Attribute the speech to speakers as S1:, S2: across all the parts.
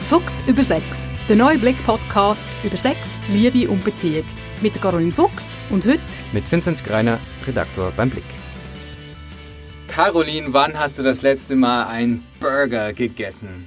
S1: Fuchs über Sex, der neue Blick-Podcast über Sex, Liebe und Beziehung. Mit Caroline Fuchs und heute
S2: mit Vinzenz Greiner, Redaktor beim Blick. Caroline, wann hast du das letzte Mal einen Burger gegessen?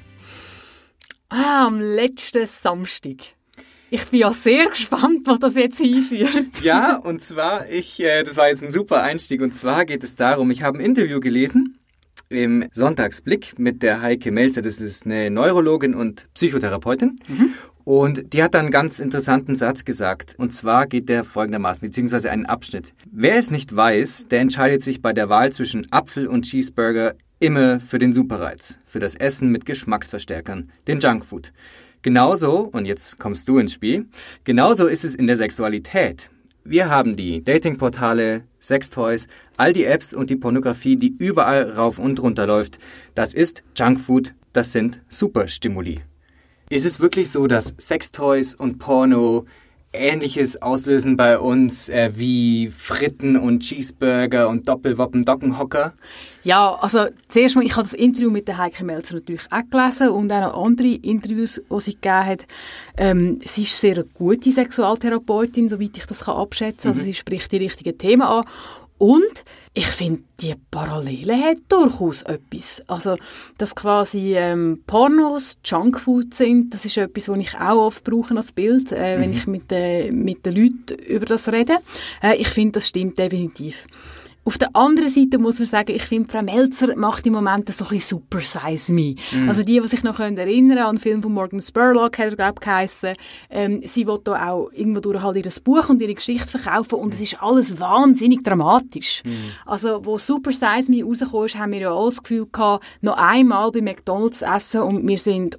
S1: Am letzten Samstag. Ich bin ja sehr gespannt, was das jetzt hinführt.
S2: Ja, und zwar, das war jetzt ein super Einstieg, und zwar geht es darum, ich habe ein Interview gelesen im Sonntagsblick mit der Heike Melzer, das ist eine Neurologin und Psychotherapeutin. Und die hat da einen ganz interessanten Satz gesagt. Und zwar geht der folgendermaßen, beziehungsweise einen Abschnitt. Wer es nicht weiß, der entscheidet sich bei der Wahl zwischen Apfel und Cheeseburger immer für den Superreiz, für das Essen mit Geschmacksverstärkern, den Junkfood. Genauso, und jetzt kommst du ins Spiel, genauso ist es in der Sexualität. Wir haben die Datingportale, Sextoys, all die Apps und die Pornografie, die überall rauf und runter läuft. Das ist Junkfood, das sind Superstimuli. Ist es wirklich so, dass Sextoys und Porno Ähnliches auslösen bei uns wie Fritten und Cheeseburger und Doppelwoppen-Dockenhocker?
S1: Ja, also zuerst mal, ich habe das Interview mit der Heike Melzer natürlich auch gelesen und auch noch andere Interviews, die sie gegeben hat. Sie ist sehr eine gute Sexualtherapeutin, soweit ich das abschätzen kann. Also sie spricht die richtigen Themen an. Und ich finde, die Parallele hat durchaus etwas. Also, dass quasi Pornos Junkfood sind, das ist etwas, was ich auch oft brauche als Bild, wenn ich mit den Leuten über das rede. Ich finde, das stimmt definitiv. Auf der anderen Seite muss man sagen, ich finde, Frau Melzer macht im Moment so ein bisschen Super Size Me. Also die sich noch erinnern an den Film von Morgan Spurlock, hat er, glaube ich, geheissen. Sie will da auch irgendwo durch halt ihr Buch und ihre Geschichte verkaufen und es ist alles wahnsinnig dramatisch. Also, wo Super Size Me rausgekommen ist, haben wir ja alles das Gefühl gehabt, noch einmal bei McDonald's essen und wir sind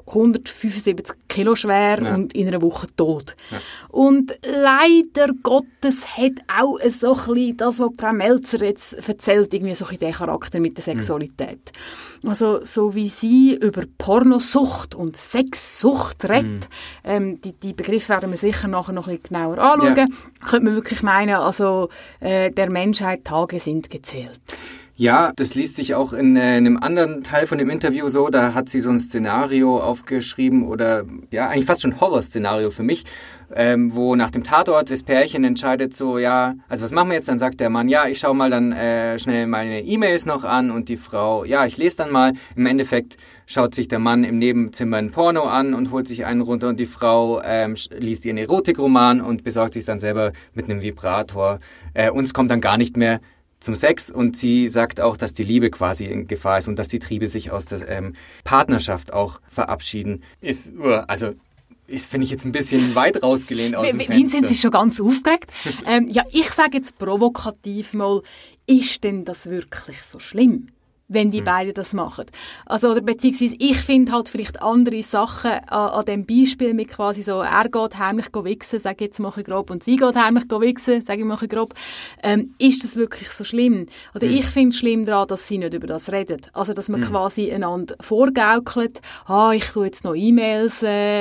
S1: 175 Kilo schwer und in einer Woche tot. Ja. Und leider Gottes hat auch so ein bisschen das, was Frau Melzer jetzt erzählt, irgendwie so ein bisschen den Charakter mit der Sexualität. Also, so wie sie über Pornosucht und Sexsucht redet, die Begriffe werden wir sicher nachher noch ein bisschen genauer anschauen, könnte man wirklich meinen, also der Menschheit Tage sind gezählt.
S2: Ja, das liest sich auch in einem anderen Teil von dem Interview so, da hat sie so ein Szenario aufgeschrieben oder ja, eigentlich fast schon Horrorszenario für mich, wo nach dem Tatort das Pärchen entscheidet so, ja, also was machen wir jetzt? Dann sagt der Mann, ja, ich schaue mal dann schnell meine E-Mails noch an und die Frau, ja, ich lese dann mal. Im Endeffekt schaut sich der Mann im Nebenzimmer ein Porno an und holt sich einen runter und die Frau liest ihren Erotikroman und besorgt sich dann selber mit einem Vibrator. Und es kommt dann gar nicht mehr zum Sex und sie sagt auch, dass die Liebe quasi in Gefahr ist und dass die Triebe sich aus der Partnerschaft auch verabschieden. Ist, finde ich, jetzt ein bisschen weit rausgelehnt aus dem Fenster.
S1: Vinzenz ist schon ganz aufgeregt. Ja, ich sage jetzt provokativ mal, ist denn das wirklich so schlimm, wenn die beiden das machen? Also, oder beziehungsweise, ich finde halt vielleicht andere Sachen an dem Beispiel mit quasi so, er geht heimlich wichsen, sage ich jetzt mal grob, und sie geht heimlich wichsen, sage ich mal grob. Ist das wirklich so schlimm? Oder ich finde es schlimm daran, dass sie nicht über das reden. Also, dass man quasi einander vorgaukelt, ich tue jetzt noch E-Mails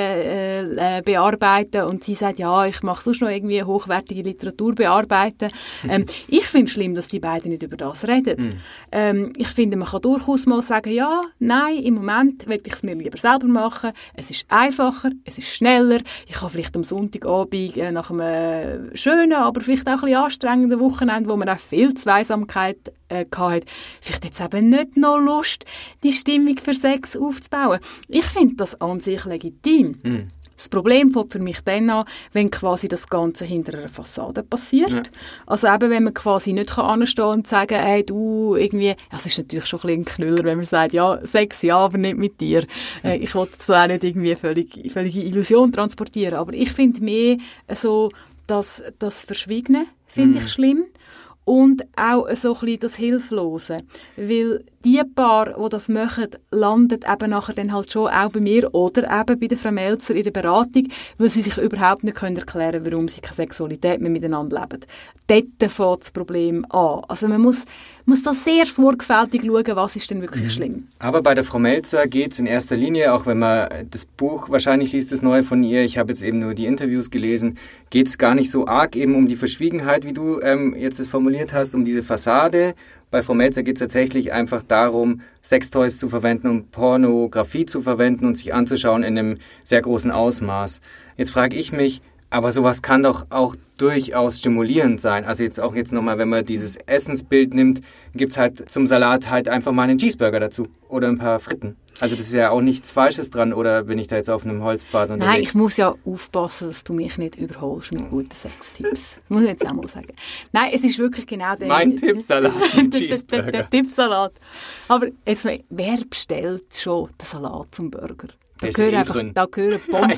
S1: bearbeiten und sie sagt, ja, ich mache sonst noch irgendwie hochwertige Literatur bearbeiten. Ich finde es schlimm, dass die beiden nicht über das reden. Ich finde, man kann durchaus mal sagen, ja, nein, im Moment will ich es mir lieber selber machen. Es ist einfacher, es ist schneller. Ich kann vielleicht am Sonntagabend nach einem schönen, aber vielleicht auch ein bisschen anstrengenden Wochenende, wo man auch viel Zweisamkeit hatte, vielleicht jetzt eben nicht noch Lust, die Stimmung für Sex aufzubauen. Ich finde das an sich legitim. Das Problem fängt für mich dann an, wenn quasi das Ganze hinter einer Fassade passiert. Ja. Also eben, wenn man quasi nicht anstehen kann und sagen, hey, du, irgendwie, es ist natürlich schon ein bisschen ein Knüller, wenn man sagt, ja, Sex, ja, aber nicht mit dir. Ich wollte jetzt auch nicht irgendwie völlige Illusion transportieren, aber ich finde mehr so, das Verschwiegene finde ich schlimm. Und auch so ein bisschen das Hilflose. Weil die Paar, die das machen, landen eben nachher dann halt schon auch bei mir oder eben bei der Frau Melzer in der Beratung, weil sie sich überhaupt nicht erklären können, warum sie keine Sexualität mehr miteinander leben. Dort fängt das Problem an. Also man muss da sehr sorgfältig schauen, was ist denn wirklich schlimm.
S2: Aber bei der Frau Melzer geht es in erster Linie, auch wenn man das Buch wahrscheinlich liest, das Neue von ihr, ich habe jetzt eben nur die Interviews gelesen, geht es gar nicht so arg eben um die Verschwiegenheit, wie du jetzt es formuliert hast, um diese Fassade Bei Frau Melzer geht es tatsächlich einfach darum, Sextoys zu verwenden und Pornografie zu verwenden und sich anzuschauen in einem sehr großen Ausmaß. Jetzt frage ich mich, aber sowas kann doch auch durchaus stimulierend sein. Also jetzt nochmal, wenn man dieses Essensbild nimmt, gibt es halt zum Salat halt einfach mal einen Cheeseburger dazu oder ein paar Fritten. Also das ist ja auch nichts Falsches dran, oder bin ich da jetzt auf einem Holzpfad unterwegs?
S1: Nein, ich muss ja aufpassen, dass du mich nicht überholst mit guten Sextipps. Das muss ich jetzt auch mal sagen. Nein, es ist wirklich genau der...
S2: Mein Tippsalat, ein Cheeseburger.
S1: Der Tippsalat. Aber jetzt, wer bestellt schon den Salat zum Burger? Da gehören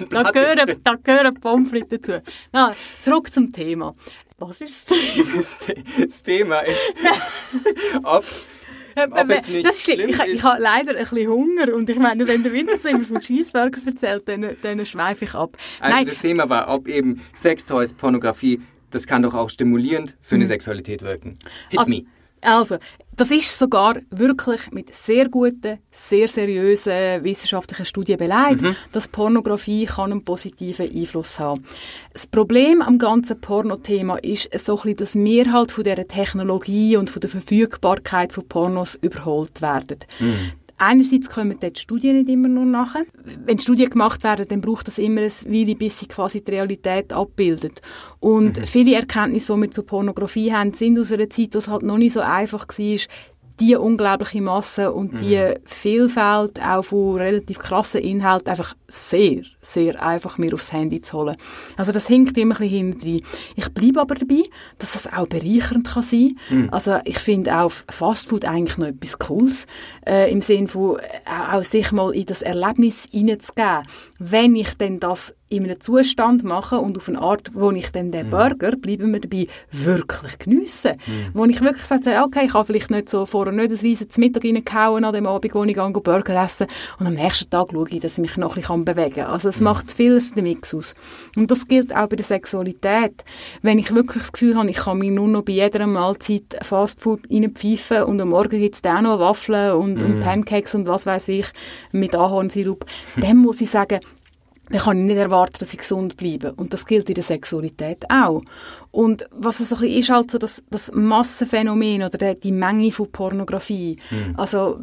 S1: Pommes frites dazu. Na, zurück zum Thema. Was ist das Thema?
S2: Das Thema ist, ob es nicht schlimm ist.
S1: Ich habe leider ein bisschen Hunger und ich meine, wenn der Winzer immer vom Cheeseburger erzählt, dann schweife ich ab.
S2: Also das Thema war, ob eben Sextoys, Pornografie, das kann doch auch stimulierend für eine Sexualität wirken. Hit me.
S1: Also, das ist sogar wirklich mit sehr guten, sehr seriösen wissenschaftlichen Studien belegt, dass Pornografie kann einen positiven Einfluss haben. Das Problem am ganzen Pornothema ist so ein bisschen, dass wir halt von dieser Technologie und von der Verfügbarkeit von Pornos überholt werden. Einerseits kommen dort die Studien nicht immer nur nachher. Wenn Studien gemacht werden, dann braucht das immer ein Weile, bis sie quasi die Realität abbildet. Und viele Erkenntnisse, die wir zur Pornografie haben, sind aus einer Zeit, wo es halt noch nicht so einfach war, die unglaubliche Masse und die Vielfalt auch von relativ krassen Inhalten einfach sehr, sehr einfach mir aufs Handy zu holen. Also das hinkt immer ein bisschen hinten rein. Ich bleibe aber dabei, dass es auch bereichernd kann sein. Also ich finde auch Fastfood eigentlich noch etwas Cooles, im Sinne von auch sich mal in das Erlebnis hineinzugeben. Wenn ich denn das in einem Zustand mache und auf eine Art, wo ich dann den Burger, bleiben wir dabei, wirklich geniesse. Wo ich wirklich sage, okay, ich habe vielleicht nicht so vorher nicht ein riesiges Mittag reingehauen an dem Abend, wo ich Burger esse und am nächsten Tag schaue ich, dass ich mich noch ein bisschen bewegen kann. Also es macht vieles den Mix aus. Und das gilt auch bei der Sexualität. Wenn ich wirklich das Gefühl habe, ich kann mich nur noch bei jeder Mahlzeit Fastfood reinpfeifen und am Morgen gibt es dann noch Waffeln und Pancakes und was weiß ich mit Ahornsirup, dann muss ich sagen, dann kann ich nicht erwarten, dass ich gesund bleibe. Und das gilt in der Sexualität auch. Und was es so ein bisschen ist, halt so das Massenphänomen oder die Menge von Pornografie. Also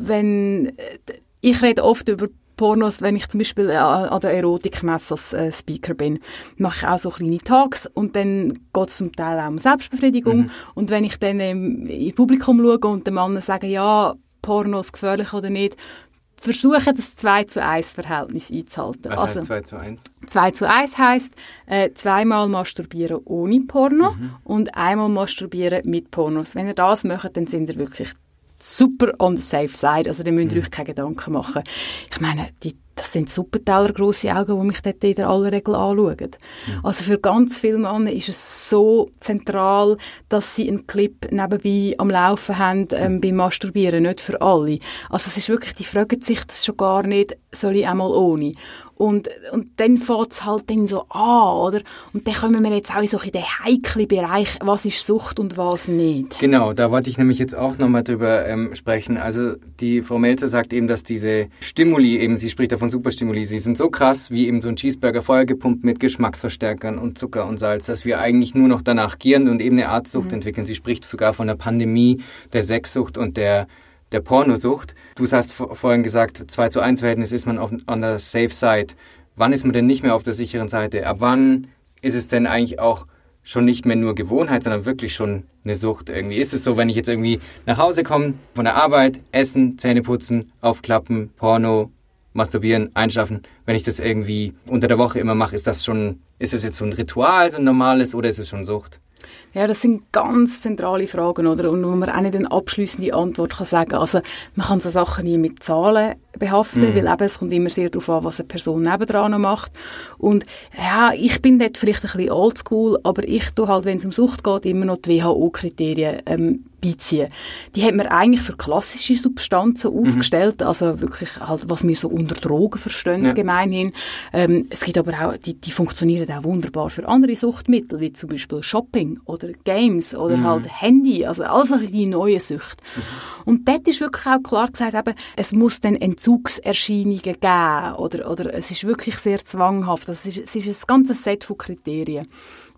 S1: ich rede oft über Pornos, wenn ich zum Beispiel an der Erotikmesse als Speaker bin, mache ich auch so kleine Talks und dann geht es zum Teil auch um Selbstbefriedigung. Und wenn ich dann im Publikum schaue und den Männern sage, ja, Pornos gefährlich oder nicht, versuchen, das 2:1-Verhältnis einzuhalten.
S2: Was heißt 2:1?
S1: 2:1 heisst, zweimal masturbieren ohne Porno und einmal masturbieren mit Pornos. Wenn ihr das macht, dann sind ihr wirklich super on the safe side. Also dann müsst ihr euch keine Gedanken machen. Ich meine, das sind Suppenteller grosse Augen, die mich dort in aller Regel anschauen. Also für ganz viele Männer ist es so zentral, dass sie einen Clip nebenbei am Laufen haben beim Masturbieren, nicht für alle. Also es ist wirklich, die fragen sich das schon gar nicht, soll ich einmal ohne? Und dann fängt es halt dann so an, oder? Und dann kommen wir jetzt auch in so in den heiklen Bereich, was ist Sucht und was nicht.
S2: Genau, da wollte ich nämlich jetzt auch nochmal drüber sprechen. Also die Frau Melzer sagt eben, dass diese Stimuli, eben sie spricht davon Superstimuli, sie sind so krass, wie eben so ein Cheeseburger vorher gepumpt mit Geschmacksverstärkern und Zucker und Salz, dass wir eigentlich nur noch danach gieren und eben eine Art Sucht entwickeln. Sie spricht sogar von der Pandemie, der Sexsucht und der Pornosucht. Du hast vorhin gesagt, 2:1-Verhältnis ist man on der safe side. Wann ist man denn nicht mehr auf der sicheren Seite? Ab wann ist es denn eigentlich auch schon nicht mehr nur Gewohnheit, sondern wirklich schon eine Sucht irgendwie? Ist es so, wenn ich jetzt irgendwie nach Hause komme, von der Arbeit, essen, Zähne putzen, aufklappen, Porno, masturbieren, einschlafen, wenn ich das irgendwie unter der Woche immer mache, ist das jetzt so ein Ritual, so ein normales, oder ist es schon Sucht?
S1: Ja, das sind ganz zentrale Fragen, oder? Und wo man auch nicht eine abschliessende Antwort kann sagen. Also, man kann so Sachen nie mit Zahlen behaften, weil eben, es kommt immer sehr darauf an, was eine Person nebendran noch macht. Und ja, ich bin dort vielleicht ein bisschen oldschool, aber ich tue halt, wenn es um Sucht geht, immer noch die WHO-Kriterien beiziehen. Die hat man eigentlich für klassische Substanzen aufgestellt, also wirklich halt, was wir so unter Drogen verstehen, gemeinhin. Es gibt aber auch, die funktionieren auch wunderbar für andere Suchtmittel, wie zum Beispiel Shopping oder Games oder halt Handy, also die neuen Süchte. Und dort ist wirklich auch klar gesagt, eben, es muss dann Entzugserscheinungen geben oder es ist wirklich sehr zwanghaft. Es ist ein ganzes Set von Kriterien.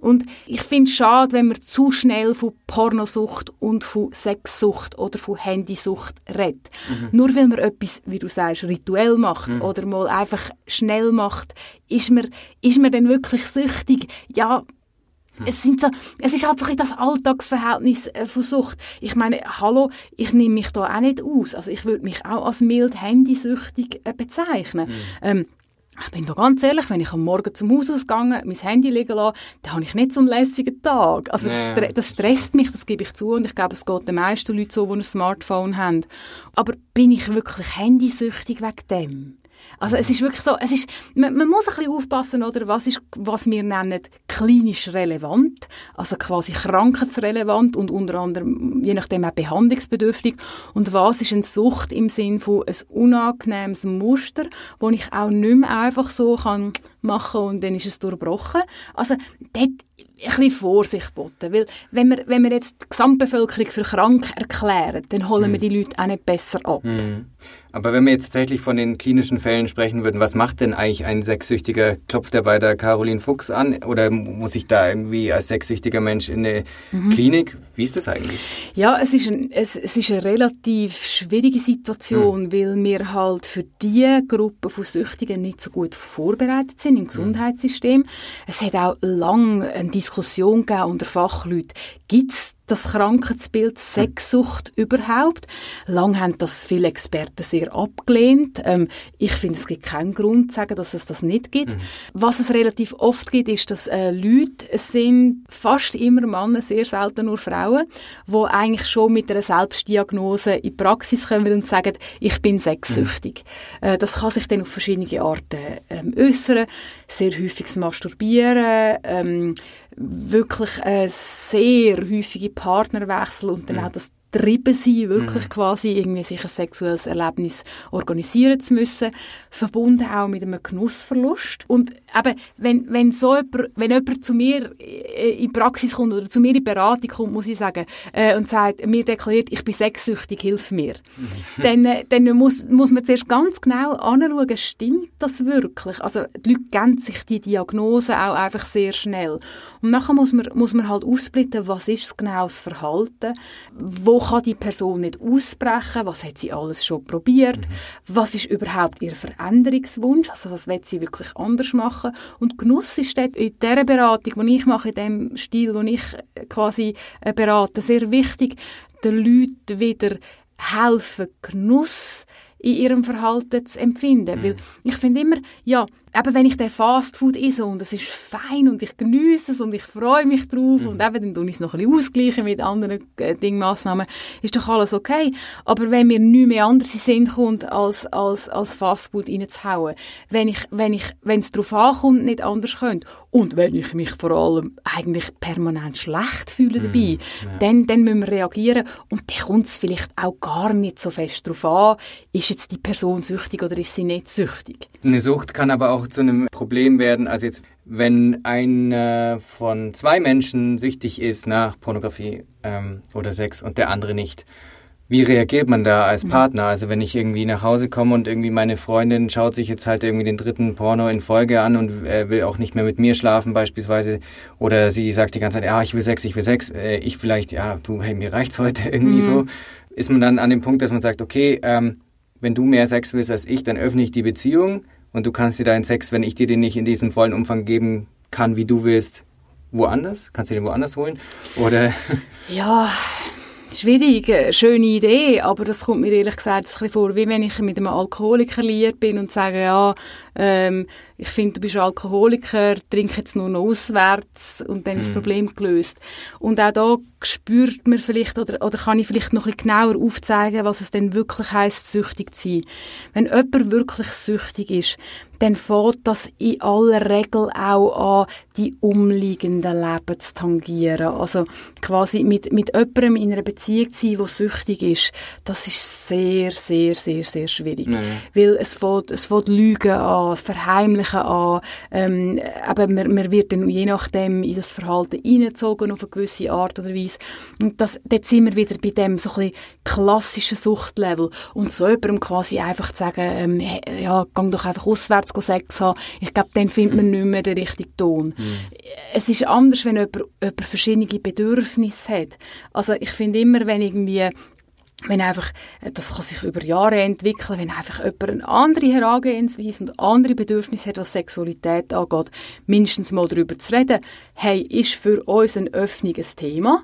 S1: Und ich finde es schade, wenn man zu schnell von Pornosucht und von Sexsucht oder von Handysucht redet. Nur weil man etwas, wie du sagst, rituell macht oder mal einfach schnell macht, ist man dann wirklich süchtig? Ja, es ist halt so das Alltagsverhältnis von Sucht. Ich meine, hallo, ich nehme mich da auch nicht aus. Also ich würde mich auch als mild handysüchtig bezeichnen. Ich bin da ganz ehrlich, wenn ich am Morgen zum Haus ausgegangen, mein Handy liegen lasse, dann habe ich nicht so einen lässigen Tag. Also das stresst mich, das gebe ich zu. Und ich glaube, es geht den meisten Leuten so, die ein Smartphone haben. Aber bin ich wirklich handysüchtig wegen dem? Also es ist wirklich so, man muss ein bisschen aufpassen, oder? Was wir nennen klinisch relevant, also quasi krankheitsrelevant und unter anderem, je nachdem auch behandlungsbedürftig. Und was ist eine Sucht im Sinn von ein unangenehmes Muster, das ich auch nicht mehr einfach so kann machen und dann ist es durchbrochen. Also dort ein bisschen Vorsicht geboten, weil wenn wir jetzt die Gesamtbevölkerung für krank erklären, dann holen wir die Leute auch nicht besser ab.
S2: Aber wenn wir jetzt tatsächlich von den klinischen Fällen sprechen würden, was macht denn eigentlich ein Sexsüchtiger? Klopft er bei der Caroline Fuchs an oder muss ich da irgendwie als sexsüchtiger Mensch in eine Klinik? Wie ist das eigentlich?
S1: Ja, es ist eine relativ schwierige Situation, weil wir halt für diese Gruppe von Süchtigen nicht so gut vorbereitet sind im Gesundheitssystem. Es hat auch lange eine Diskussion gegeben unter Fachleuten. Gibt es das Krankheitsbild Sexsucht überhaupt? Lang haben das viele Experten sehr abgelehnt. Ich finde, es gibt keinen Grund zu sagen, dass es das nicht gibt. Was es relativ oft gibt, ist, dass Leute, es sind fast immer Männer, sehr selten nur Frauen, die eigentlich schon mit einer Selbstdiagnose in die Praxis kommen und sagen, ich bin sexsüchtig. Das kann sich dann auf verschiedene Arten äußern. Sehr häufiges Masturbieren, wirklich sehr häufige Partnerwechsel und dann auch das getrieben sein, wirklich quasi irgendwie sich ein sexuelles Erlebnis organisieren zu müssen, verbunden auch mit einem Genussverlust. Und eben, wenn jemand zu mir in die Praxis kommt oder zu mir in die Beratung kommt, muss ich sagen, und sagt, mir deklariert, ich bin sexsüchtig, hilf mir. Dann muss man zuerst ganz genau anschauen, stimmt das wirklich? Also die Leute geben sich die Diagnose auch einfach sehr schnell. Und nachher muss man halt aufsplitten, was ist genau das Verhalten, wo kann die Person nicht ausbrechen, was hat sie alles schon probiert, was ist überhaupt ihr Veränderungswunsch, also was will sie wirklich anders machen. Und Genuss ist dort in dieser Beratung, die ich mache, in dem Stil, den ich quasi berate, sehr wichtig, den Leuten wieder helfen, Genuss in ihrem Verhalten zu empfinden. Weil ich finde immer, ja, eben wenn ich den Fastfood esse und es ist fein und ich genieße es und ich freue mich drauf und eben dann tue ich es noch ein bisschen ausgleichen mit anderen Massnahmen, ist doch alles okay. Aber wenn mir nicht mehr anders in Sinn kommt, als Fastfood reinzuhauen, wenn es darauf ankommt, nicht anders könnte und wenn ich mich vor allem eigentlich permanent schlecht fühle dabei, dann müssen wir reagieren und dann kommt es vielleicht auch gar nicht so fest darauf an, ist jetzt die Person süchtig oder ist sie nicht süchtig.
S2: Eine Sucht kann aber auch zu einem Problem werden, also jetzt, wenn einer von zwei Menschen süchtig ist nach Pornografie oder Sex und der andere nicht. Wie reagiert man da als Partner? Also wenn ich irgendwie nach Hause komme und irgendwie meine Freundin schaut sich jetzt halt irgendwie den 3. Porno in Folge an und will auch nicht mehr mit mir schlafen beispielsweise oder sie sagt die ganze Zeit, ja, ich will Sex, ich vielleicht, ja, du, hey, mir reicht's heute irgendwie so. Ist man dann an dem Punkt, dass man sagt, okay, wenn du mehr Sex willst als ich, dann öffne ich die Beziehung und du kannst dir deinen Sex, wenn ich dir den nicht in diesem vollen Umfang geben kann, wie du willst, woanders? Kannst du den woanders holen? Oder?
S1: Ja, schwierig, schöne Idee, aber das kommt mir ehrlich gesagt ein bisschen vor, wie wenn ich mit einem Alkoholiker liiert bin und sage, ja, ich finde, du bist Alkoholiker, trink jetzt nur noch auswärts und dann ist das Problem gelöst. Und auch da spürt man vielleicht oder kann ich vielleicht noch ein bisschen genauer aufzeigen, was es denn wirklich heisst, süchtig zu sein. Wenn jemand wirklich süchtig ist, dann fängt das in aller Regel auch an, die umliegenden Leben zu tangieren. Also quasi mit jemandem in einer Beziehung zu sein, der süchtig ist, das ist sehr, sehr, sehr, sehr schwierig. Weil es fängt Lügen an, an, das Verheimlichen an, aber man wird dann je nachdem in das Verhalten hineingezogen auf eine gewisse Art oder Weise. Und dort sind wir wieder bei dem so ein bisschen klassischen Suchtlevel. Und so jemandem quasi einfach zu sagen, ja, geh doch einfach auswärts Sex haben, ich glaube, dann findet man nicht mehr den richtigen Ton. Es ist anders, wenn jemand verschiedene Bedürfnisse hat. Also ich finde immer, wenn einfach, das kann sich über Jahre entwickeln, wenn einfach jemand eine andere Herangehensweise und andere Bedürfnisse hat, was Sexualität angeht, mindestens mal darüber zu reden, hey, ist für uns eine Öffnung ein Thema.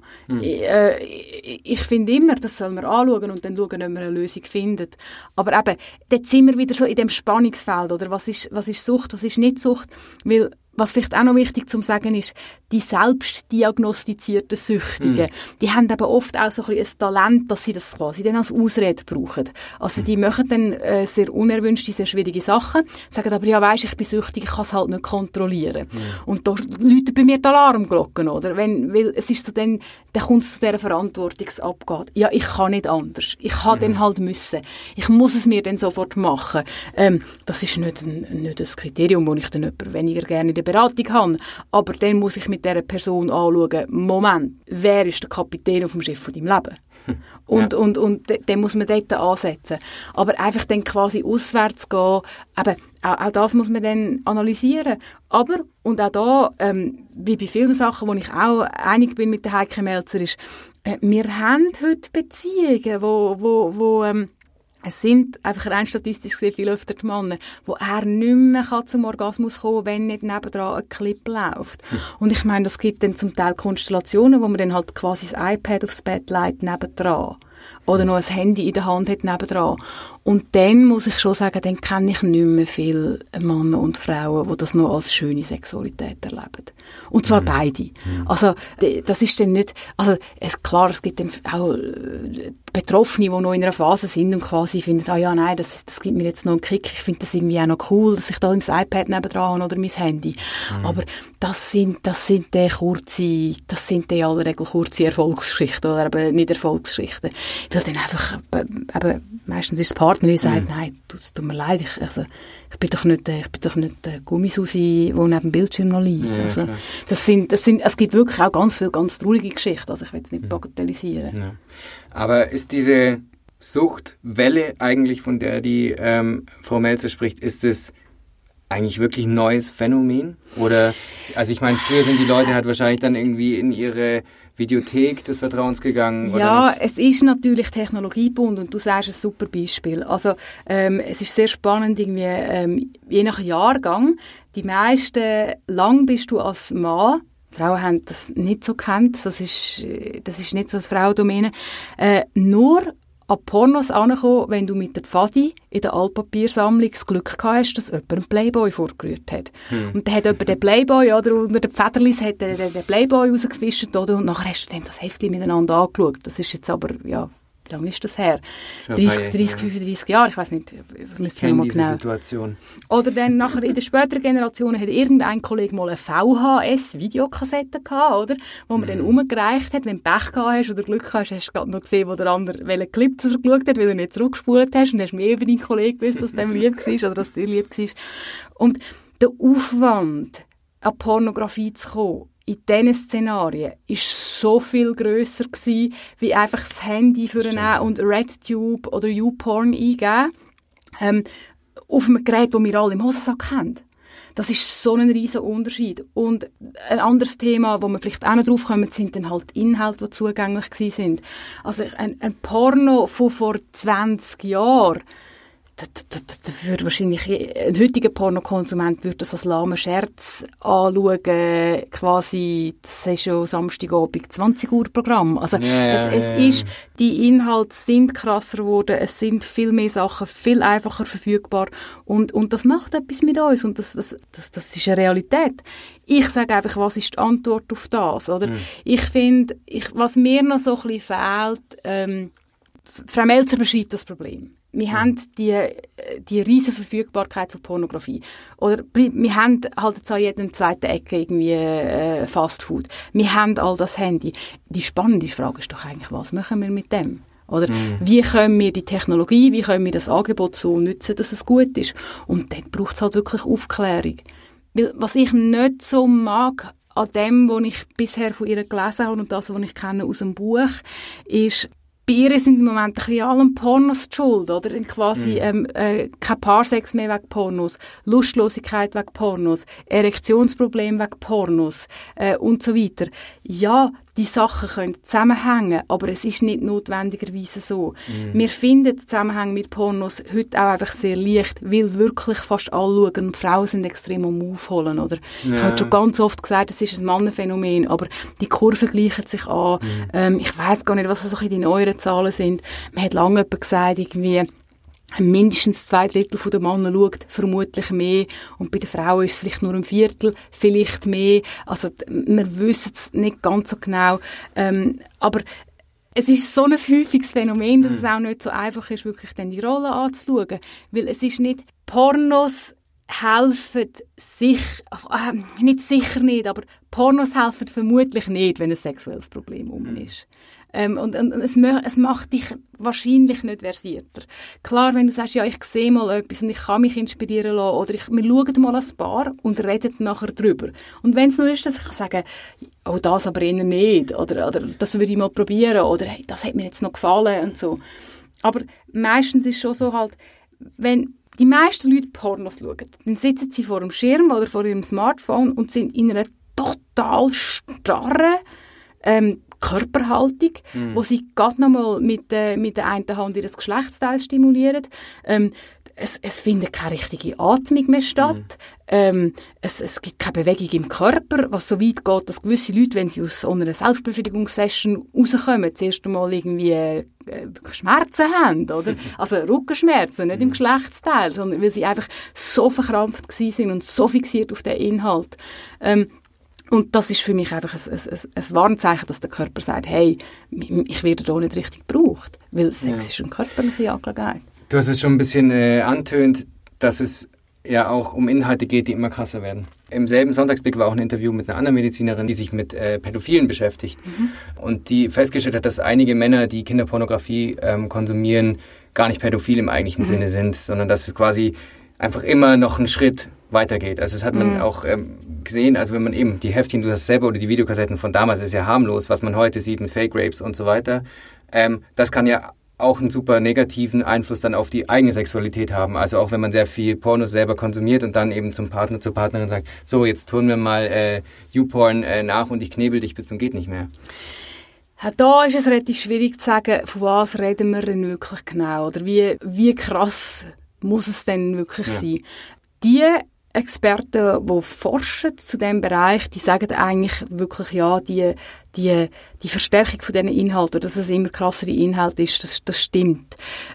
S1: Ich finde immer, das soll man anschauen und dann schauen, ob man eine Lösung findet. Aber eben, dort sind wir wieder so in dem Spannungsfeld, oder? Was ist Sucht, was ist nicht Sucht? Weil was vielleicht auch noch wichtig zu sagen ist, die selbstdiagnostizierten Süchtigen, die haben eben oft auch so ein bisschen ein Talent, dass sie das quasi dann als Ausrede brauchen. Also die machen dann sehr unerwünschte, sehr schwierige Sachen, sagen aber, ja weisst, ich bin süchtig, ich kann es halt nicht kontrollieren. Und da läuten bei mir die Alarmglocken, oder? Weil es ist so dann kommt es zu dieser Verantwortungsabgabe. Ja, ich kann nicht anders. Ich kann dann halt müssen. Ich muss es mir dann sofort machen. Das ist nicht ein Kriterium, wo ich dann jemanden weniger gerne in der Beratung habe. Aber dann muss ich mit dieser Person anschauen, Moment, wer ist der Kapitän auf dem Schiff von deinem Leben? Und dann muss man dort ansetzen. Aber einfach dann quasi auswärts gehen, eben, auch das muss man dann analysieren. Aber, und auch da, wie bei vielen Sachen, wo ich auch einig bin mit der Heike Melzer, ist, wir haben heute Beziehungen, wo es sind einfach rein statistisch gesehen viel öfter die Männer, wo er nicht mehr zum Orgasmus kommen kann, wenn nicht nebendran ein Clip läuft. Und ich meine, das gibt dann zum Teil Konstellationen, wo man dann halt quasi das iPad aufs Bett legt nebendran. Oder noch ein Handy in der Hand hat nebendran. Und dann muss ich schon sagen, dann kenne ich nicht mehr viele Männer und Frauen, die das noch als schöne Sexualität erleben. Und zwar beide. Also, das ist dann nicht, also, klar, es gibt dann auch Betroffene, die noch in einer Phase sind und quasi finden, ja, nein, das gibt mir jetzt noch einen Kick. Ich finde das irgendwie auch noch cool, dass ich da das iPad nebendran habe oder mein Handy. Aber das sind in aller Regel kurze Erfolgsgeschichten oder eben nicht Erfolgsgeschichten. Weil dann einfach, eben, meistens ist das Partnerin, die sagt, nein, tut mir leid, ich bin doch nicht der Gummisusi, der neben dem Bildschirm noch liegt. Ja, also, es gibt wirklich auch ganz viele ganz traurige Geschichten, also ich will es nicht bagatellisieren. Ja.
S2: Aber ist diese Suchtwelle eigentlich, von der die Frau Melzer spricht, ist es eigentlich wirklich ein neues Phänomen? Oder, also ich meine, früher sind die Leute halt wahrscheinlich dann irgendwie in ihre Videothek des Vertrauens gegangen, oder
S1: ja,
S2: nicht?
S1: Es ist natürlich technologiegebunden und du sagst ein super Beispiel. Also es ist sehr spannend, irgendwie, je nach Jahrgang, die meisten, lang bist du als Mann, Frauen haben das nicht so gekannt, das ist nicht so eine Frauendomäne, nur an Pornos angekommen, wenn du mit der Pfadi in der Altpapiersammlung das Glück gehabt hast, dass jemand einen Playboy vorgerührt hat. Und dann hat jemand den Playboy, oder unter den Pfederlis hat den Playboy rausgefischt, oder? Und nachher hast du dann das Heftchen miteinander angeschaut. Das ist jetzt aber, ja, wie lange ist das her? 35 Jahre, ich weiss nicht.
S2: Ich kenne diese Situation.
S1: Oder dann nachher in den späteren Generationen hat irgendein Kollege mal eine VHS-Videokassette gehabt, oder? Wo man dann umgereicht hat, wenn du Pech gehabt hast oder Glück gehabt hast du gerade noch gesehen, wo der andere welchen Clip das er geschaut hat, weil er nicht zurückgespult hast und hast mehr über deinen Kollegen gewusst, dass dem lieb war oder dass dir lieb war. Und der Aufwand, an Pornografie zu kommen, in diesen Szenarien ist so viel grösser gewesen, wie einfach das Handy vornehmen und RedTube oder YouPorn eingeben. Auf einem Gerät, das wir alle im Hosensack haben. Das ist so ein riesen Unterschied. Und ein anderes Thema, wo wir vielleicht auch noch drauf kommen, sind dann halt Inhalte, die zugänglich gewesen sind. Also ein Porno von vor 20 Jahren, da würde wahrscheinlich ein heutiger Pornokonsument würde das als lahmen Scherz anschauen, quasi, das ist schon Samstagabend 20 Uhr Programm. Also die Inhalte sind krasser geworden, es sind viel mehr Sachen, viel einfacher verfügbar und das macht etwas mit uns und das ist eine Realität. Ich sage einfach, was ist die Antwort auf das, oder? Ich finde, was mir noch so ein bisschen fehlt, Frau Melzer beschreibt das Problem. Wir haben die riesige Verfügbarkeit von Pornografie. Oder wir haben halt jetzt an jedem zweiten Ecke irgendwie Fastfood. Wir haben all das Handy. Die spannende Frage ist doch eigentlich, was machen wir mit dem? Oder wie können wir die Technologie, wie können wir das Angebot so nutzen, dass es gut ist? Und dann braucht es halt wirklich Aufklärung. Weil was ich nicht so mag an dem, was ich bisher von ihr gelesen habe und das, was ich kenne aus dem Buch, ist, bei ihr sind im Moment ein bisschen allem Pornos die Schuld, oder? Quasi kein Paarsex mehr wegen Pornos, Lustlosigkeit wegen Pornos, Erektionsprobleme wegen Pornos und so weiter. Ja, die Sachen können zusammenhängen, aber es ist nicht notwendigerweise so. Wir finden den Zusammenhang mit Pornos heute auch einfach sehr leicht, weil wirklich fast alle schauen und Frauen sind extrem am Aufholen, oder? Ja. Ich habe schon ganz oft gesagt, es ist ein Mannenphänomen, aber die Kurven gleichen sich an. Ich weiss gar nicht, was so die neueren Zahlen sind. Man hat lange gesagt, irgendwie mindestens 2/3 der Männer schaut vermutlich mehr und bei den Frauen ist es vielleicht nur 1/4, vielleicht mehr. Also wir wissen es nicht ganz so genau. Aber es ist so ein häufiges Phänomen, dass es auch nicht so einfach ist, wirklich dann die Rolle anzuschauen. Weil es ist nicht, Pornos helfen nicht sicher nicht, aber Pornos helfen vermutlich nicht, wenn ein sexuelles Problem ist. Und es macht dich wahrscheinlich nicht versierter. Klar, wenn du sagst, ja, ich sehe mal etwas und ich kann mich inspirieren lassen, oder wir schauen mal ein Paar und reden nachher drüber. Und wenn es nur ist, dass ich sage, oh, das aber eher nicht, oder das würde ich mal probieren, oder hey, das hat mir jetzt noch gefallen und so. Aber meistens ist es schon so halt, wenn die meisten Leute Pornos schauen, dann sitzen sie vor dem Schirm oder vor ihrem Smartphone und sind in einer total starren Körperhaltung, wo sie gerade noch mal mit der einen Hand ihr Geschlechtsteil stimulieren. Es findet keine richtige Atmung mehr statt. Es gibt keine Bewegung im Körper, was so weit geht, dass gewisse Leute, wenn sie aus so einer Selbstbefriedigungssession rauskommen, zuerst einmal irgendwie Schmerzen haben, oder? Also Rückenschmerzen, nicht im Geschlechtsteil, sondern weil sie einfach so verkrampft gewesen sind und so fixiert auf den Inhalt. Und das ist für mich einfach ein Warnzeichen, dass der Körper sagt, hey, ich werde da nicht richtig gebraucht, weil Sex ist eine körperliche Angelegenheit.
S2: Du hast es schon ein bisschen antönt, dass es ja auch um Inhalte geht, die immer krasser werden. Im selben Sonntagsblick war auch ein Interview mit einer anderen Medizinerin, die sich mit Pädophilen beschäftigt und die festgestellt hat, dass einige Männer, die Kinderpornografie konsumieren, gar nicht pädophil im eigentlichen Sinne sind, sondern dass es quasi einfach immer noch einen Schritt weitergeht. Also das hat man auch gesehen, also wenn man eben die Heftchen, du hast selber, oder die Videokassetten von damals, ist ja harmlos, was man heute sieht mit Fake Rapes und so weiter, das kann ja auch einen super negativen Einfluss dann auf die eigene Sexualität haben. Also auch wenn man sehr viel Pornos selber konsumiert und dann eben zum Partner, zur Partnerin sagt, so, jetzt tun wir mal YouPorn nach und ich knebel dich bis zum geht nicht mehr.
S1: Da ist es relativ schwierig zu sagen, von was reden wir denn wirklich genau, oder wie krass muss es denn wirklich sein. Die Experten, die forschen zu diesem Bereich, die sagen eigentlich wirklich, ja, die Verstärkung von diesen Inhalten, oder dass es immer krassere Inhalte ist, das stimmt.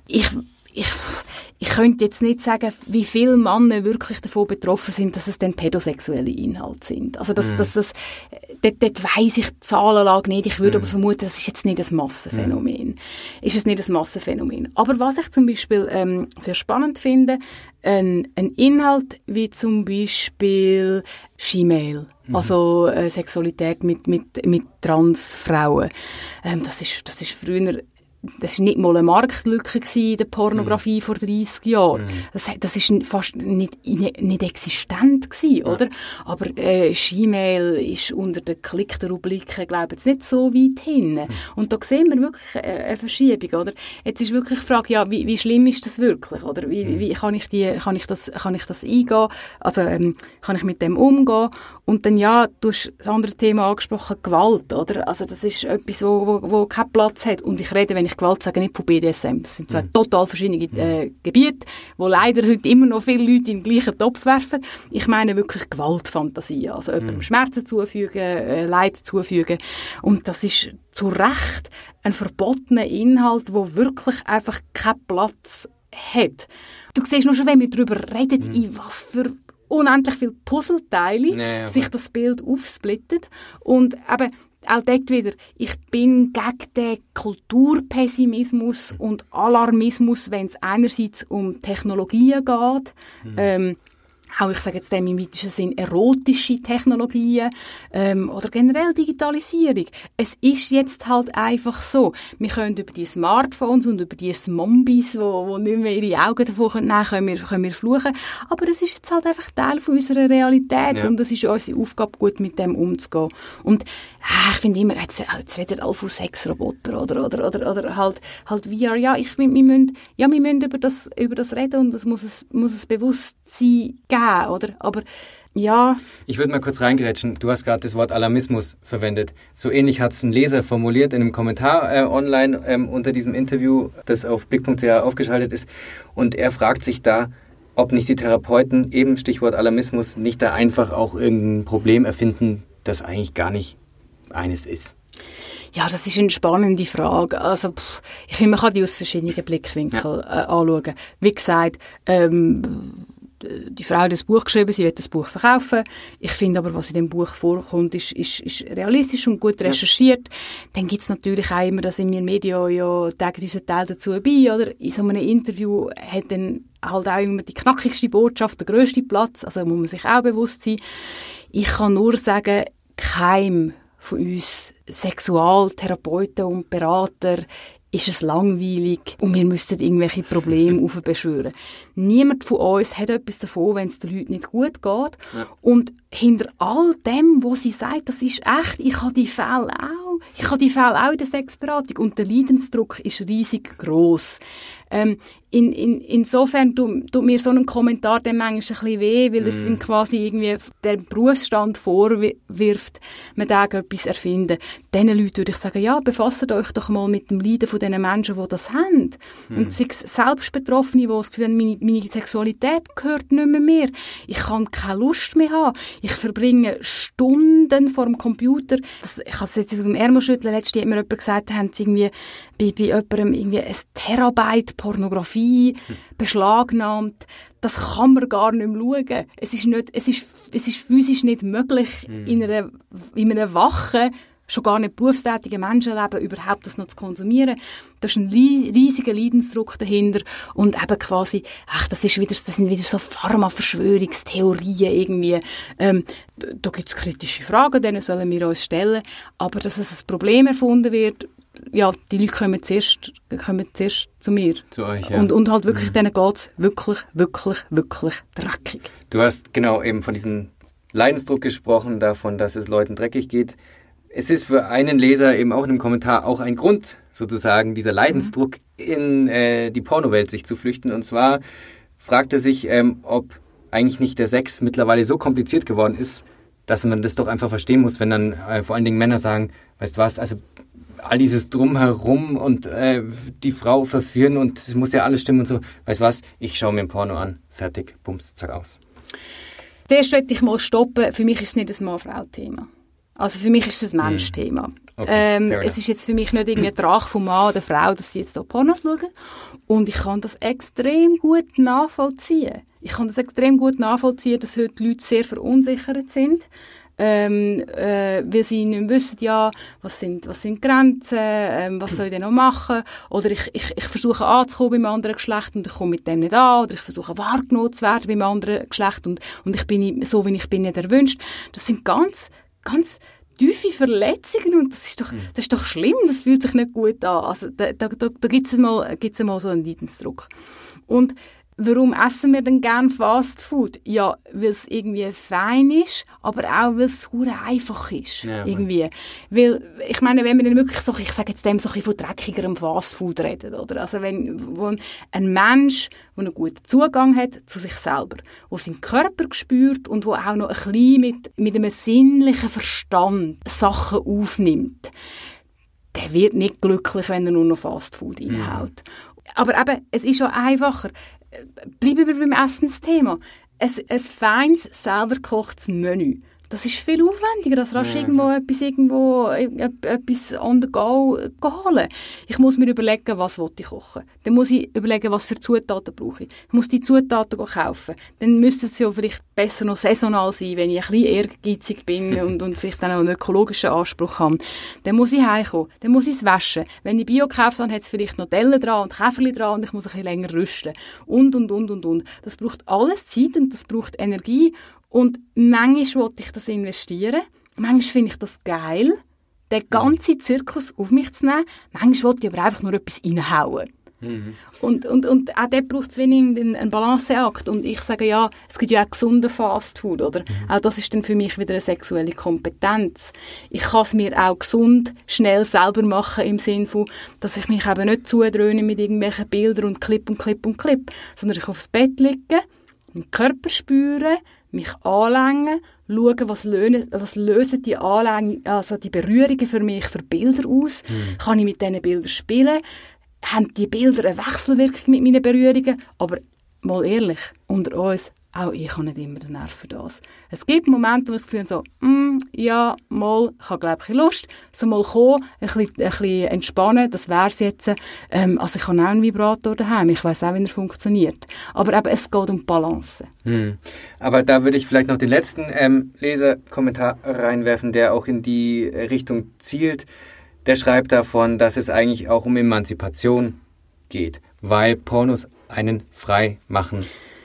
S1: Ich könnte jetzt nicht sagen, wie viele Männer wirklich davon betroffen sind, dass es dann pädosexuelle Inhalte sind. Also dort weiss ich die Zahlenlage nicht. Ich würde aber vermuten, das ist jetzt nicht ein Massenphänomen. Ist es nicht ein Massenphänomen. Aber was ich zum Beispiel sehr spannend finde, ein Inhalt wie zum Beispiel She-Mail, also Sexualität mit Transfrauen. Das ist früher, das war nicht mal eine Marktlücke in der Pornografie vor 30 Jahren. Das war fast nicht existent gewesen, oder? Aber She-Mail ist unter den geklickten Rubriken, glaube ich, jetzt nicht so weit hin. Und da sehen wir wirklich eine Verschiebung, oder? Jetzt ist wirklich die Frage, ja, wie schlimm ist das wirklich, oder? Wie kann ich das eingehen? Also, kann ich mit dem umgehen? Und dann, ja, du hast das andere Thema angesprochen, Gewalt, oder? Also, das ist etwas, wo keinen Platz hat. Und ich rede, wenn ich Gewalt sage, nicht von BDSM. Das sind zwei total verschiedene Gebiete, wo leider heute immer noch viele Leute in den gleichen Topf werfen. Ich meine wirklich Gewaltfantasie. Also jemandem Schmerzen zufügen, Leid zufügen. Und das ist zu Recht ein verbotener Inhalt, der wirklich einfach keinen Platz hat. Du siehst nur schon, wenn wir darüber reden, in was für unendlich viele Puzzleteile sich das Bild aufsplittet. Und eben, auch dort wieder, ich bin gegen den Kulturpessimismus und Alarmismus, wenn es einerseits um Technologien geht, auch, ich sage jetzt dem im weitesten Sinn, erotische Technologien oder generell Digitalisierung. Es ist jetzt halt einfach so. Wir können über die Smartphones und über die Zombies, wo nicht mehr ihre Augen davon nehmen können wir fluchen. Aber es ist jetzt halt einfach Teil von unserer Realität und es ist unsere Aufgabe, gut mit dem umzugehen. Und ich finde immer, jetzt redet alle von Sexroboter oder halt VR. Ja, wir müssen über das reden und es muss ein Bewusstsein geben, oder? Aber ja.
S2: Ich würde mal kurz reingrätschen. Du hast gerade das Wort Alarmismus verwendet. So ähnlich hat es ein Leser formuliert in einem Kommentar online unter diesem Interview, das auf blick.ch aufgeschaltet ist. Und er fragt sich da, ob nicht die Therapeuten, eben Stichwort Alarmismus, nicht da einfach auch irgendein Problem erfinden, das eigentlich gar nicht eines ist.
S1: Ja, das ist eine spannende Frage. Also, ich finde, man kann die aus verschiedenen Blickwinkeln anschauen. Wie gesagt, die Frau hat das Buch geschrieben, sie will das Buch verkaufen. Ich finde aber, was in dem Buch vorkommt, ist realistisch und gut recherchiert. Dann gibt es natürlich auch immer, dass in den Medien ja tragen unseren Teil dazu bei, oder? In so einem Interview hat dann halt auch immer die knackigste Botschaft, der grösste Platz. Also muss man sich auch bewusst sein. Ich kann nur sagen, keinem von uns Sexualtherapeuten und Berater ist es langweilig und wir müssten irgendwelche Probleme aufbeschwören. Niemand von uns hat etwas davon, wenn es den Leuten nicht gut geht. Ja. Und hinter all dem, was sie sagt, das ist echt, ich habe die Fälle auch. Ich habe die Fälle auch in der Sexberatung und der Leidensdruck ist riesig gross. Insofern tut mir so ein Kommentar dann manchmal ein bisschen weh, weil es ihn quasi irgendwie der Berufsstand vorwirft, man darf etwas erfinden. Diesen Leuten würde ich sagen, ja, befasst euch doch mal mit dem Leiden von diesen Menschen, die das haben. Und sei es Selbstbetroffene, die das Gefühl haben, meine Sexualität gehört nicht mehr mir. Ich kann keine Lust mehr haben. Ich verbringe Stunden vor dem Computer. Ich habe es jetzt aus dem Ärmel schütteln. Letztens hat mir jemand gesagt, haben sie irgendwie bei jemandem irgendwie 1 Terabyte Pornografie beschlagnahmt. Das kann man gar nicht mehr schauen. Es ist physisch nicht möglich, in einem wachen, schon gar nicht berufstätigen Menschenleben überhaupt das noch zu konsumieren. Da ist ein riesiger Leidensdruck dahinter und eben quasi, das sind wieder so Pharma-Verschwörungstheorien irgendwie. Da gibt es kritische Fragen, denen sollen wir uns stellen, aber dass es ein Problem erfunden wird, ja, die Leute kommen zuerst zu mir.
S2: Zu euch, ja.
S1: Und halt wirklich, denen geht es wirklich, wirklich, wirklich dreckig.
S2: Du hast genau eben von diesem Leidensdruck gesprochen, davon, dass es Leuten dreckig geht. Es ist für einen Leser eben auch in einem Kommentar auch ein Grund, sozusagen, dieser Leidensdruck in die Pornowelt sich zu flüchten. Und zwar fragt er sich, ob eigentlich nicht der Sex mittlerweile so kompliziert geworden ist, dass man das doch einfach verstehen muss, wenn dann vor allen Dingen Männer sagen, weißt du was, also all dieses Drumherum und die Frau verführen und es muss ja alles stimmen und so. Weißt du was, ich schaue mir ein Porno an, fertig, bums, zack, aus.
S1: Zuerst möchte ich mal stoppen, für mich ist es nicht ein Mann-Frau-Thema. Also für mich ist es ein Mensch-Thema. Okay, es ist jetzt für mich nicht irgendwie ein Drache vom Mann oder Frau, dass sie jetzt hier Pornos schauen. Und ich kann das extrem gut nachvollziehen. Dass heute die Leute sehr verunsichert sind. Weil sie nicht wissen, ja, was sind Grenzen, was soll ich denn noch machen, oder ich versuche anzukommen beim anderen Geschlecht und ich komme mit dem nicht an, oder ich versuche wahrgenommen zu werden beim anderen Geschlecht und ich bin so, wie ich bin, nicht erwünscht. Das sind ganz tiefe Verletzungen und das ist doch schlimm, das fühlt sich nicht gut an. Also da gibt's mal so einen Leidensdruck. Und warum essen wir denn gerne Fast Food? Ja, weil es irgendwie fein ist, aber auch, weil es super einfach ist. Ja, irgendwie. Weil, ich meine, wenn wir dann wirklich so, ich sage jetzt dem so ein bisschen von dreckigerem Fast Food reden, oder? Also wo ein Mensch, der einen guten Zugang hat zu sich selber, der seinen Körper spürt und der auch noch ein bisschen mit einem sinnlichen Verstand Sachen aufnimmt, der wird nicht glücklich, wenn er nur noch Fast Food reinhaut. Aber eben, es ist schon einfacher. Bleiben wir beim Essensthema. Ein feines, selber gekochtes Menü. Das ist viel aufwendiger, als rasch irgendwo etwas on the go holen. Ich muss mir überlegen, was ich kochen will. Dann muss ich überlegen, was für Zutaten brauche ich. Ich muss die Zutaten kaufen. Dann müsste es ja vielleicht besser noch saisonal sein, wenn ich ein bisschen ehrgeizig bin und vielleicht dann auch einen ökologischen Anspruch habe. Dann muss ich heimkommen. Dann muss ich es waschen. Wenn ich Bio gekauft habe, hat es vielleicht noch Dellen dran und Käferchen dran und ich muss ein bisschen länger rüsten. Und. Das braucht alles Zeit und das braucht Energie. Und manchmal will ich das investieren, manchmal finde ich das geil, den ganzen Zirkus auf mich zu nehmen, manchmal will ich aber einfach nur etwas reinhauen. Und auch dort braucht es wenig einen Balanceakt. Und ich sage ja, es gibt ja auch gesunde Fastfood, oder? Auch das ist dann für mich wieder eine sexuelle Kompetenz. Ich kann es mir auch gesund, schnell selber machen, im Sinne von, dass ich mich eben nicht zudröhne mit irgendwelchen Bildern und Clip, sondern ich aufs Bett liege, meinen Körper spüre, mich anlängen, schauen, was lösen die Anlängen, also die Berührungen für mich für Bilder aus. Kann ich mit diesen Bildern spielen? Haben die Bilder eine Wechselwirkung mit meinen Berührungen? Aber mal ehrlich, unter uns, auch ich habe nicht immer den Nerv für das. Es gibt Momente, wo ich das Gefühl habe, ja, mal, ich habe glaube ich Lust, so mal kommen, ein bisschen entspannen, das wäre es jetzt. Also ich habe auch einen Vibrator daheim, ich weiss auch, wie er funktioniert. Aber eben, es geht um Balance.
S2: Aber da würde ich vielleicht noch den letzten Leserkommentar reinwerfen, der auch in die Richtung zielt. Der schreibt davon, dass es eigentlich auch um Emanzipation geht, weil Pornos einen frei machen.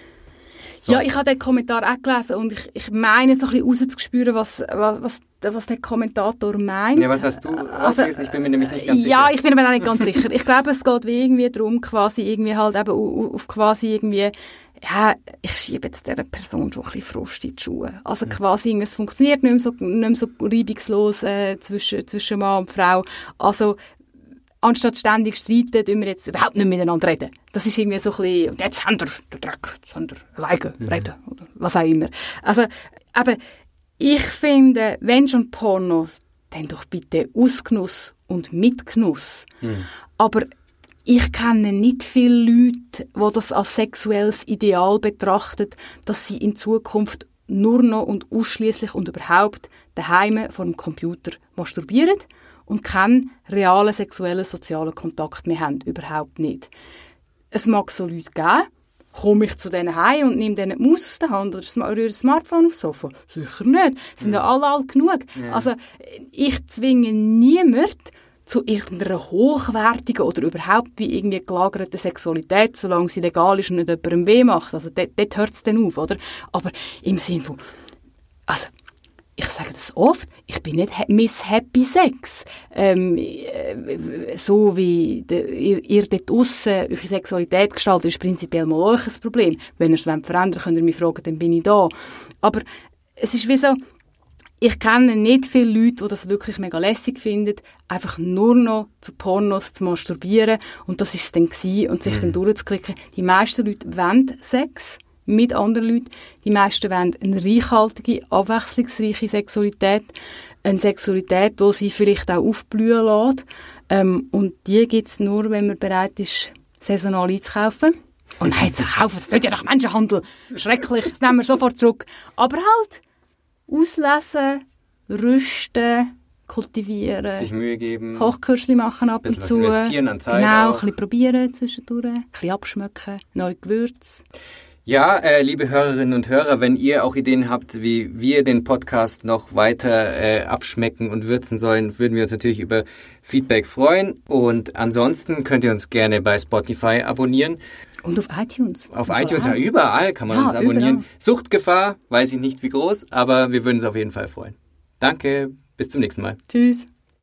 S2: So.
S1: Ja, ich habe den Kommentar auch gelesen und ich meine, so ein bisschen rauszuspüren, was der Kommentator meint.
S2: Ja, was hast du ausgelesen? Ich bin mir nämlich nicht ganz sicher.
S1: Ja, ich bin mir auch nicht ganz sicher. Ich glaube, es geht wie irgendwie darum, quasi irgendwie halt eben auf quasi irgendwie, ja, ich schiebe jetzt dieser Person schon ein bisschen Frust in die Schuhe. Also quasi, es funktioniert nicht mehr so reibungslos zwischen Mann und Frau. Also, anstatt ständig zu streiten, tun wir jetzt überhaupt nicht miteinander reden. Das ist irgendwie so ein bisschen, und jetzt haben wir den Dreck, jetzt haben wir alleine reden, oder was auch immer. Also, aber ich finde, wenn schon Pornos, dann doch bitte aus Genuss und mit Genuss. Aber ich kenne nicht viele Leute, die das als sexuelles Ideal betrachten, dass sie in Zukunft nur noch und ausschließlich und überhaupt daheim vor dem Computer masturbieren und keinen realen sexuellen sozialen Kontakt mehr haben. Überhaupt nicht. Es mag so Leute geben, komme ich zu denen heim und nehme denen die Maus aus der Hand oder ihr Smartphone aufs Sofa? Sicher nicht. Sie sind ja alle alt genug. Ja. Also ich zwinge niemanden zu irgendeiner hochwertigen oder überhaupt wie irgendwie gelagerten Sexualität, solange sie legal ist und nicht jemandem weh macht. Also dort hört es dann auf, oder? Aber im Sinne von, also ich sage das oft, ich bin nicht Miss Happy Sex. So wie ihr dort draussen eure Sexualität gestaltet, ist prinzipiell mal euch ein Problem. Wenn ihr es verändern wollt, könnt ihr mich fragen, dann bin ich da. Aber es ist wie so, ich kenne nicht viele Leute, die das wirklich mega lässig finden, einfach nur noch zu Pornos zu masturbieren. Und das war es dann gewesen, und sich dann durchzuklicken. Die meisten Leute wollen Sex mit anderen Leuten. Die meisten wollen eine reichhaltige, abwechslungsreiche Sexualität. Eine Sexualität, die sie vielleicht auch aufblühen lässt. Und die gibt es nur, wenn man bereit ist, saisonal einzukaufen. Und nein, zu kaufen, das tut ja nach Menschenhandel. Schrecklich, das nehmen wir sofort zurück. Aber halt, auslesen, rüsten, kultivieren.
S2: Sich Mühe geben.
S1: Kochkursli machen ab und zu.
S2: Investieren an Zeit.
S1: Genau,
S2: auch.
S1: ein bisschen probieren zwischendurch. Ein bisschen abschmecken, neue Gewürze.
S2: Ja, liebe Hörerinnen und Hörer, wenn ihr auch Ideen habt, wie wir den Podcast noch weiter abschmecken und würzen sollen, würden wir uns natürlich über Feedback freuen. Und ansonsten könnt ihr uns gerne bei Spotify abonnieren.
S1: Und auf iTunes.
S2: Auf iTunes, ja, überall kann man uns abonnieren. Überall. Suchtgefahr, weiß ich nicht wie groß, aber wir würden uns auf jeden Fall freuen. Danke, bis zum nächsten Mal.
S1: Tschüss.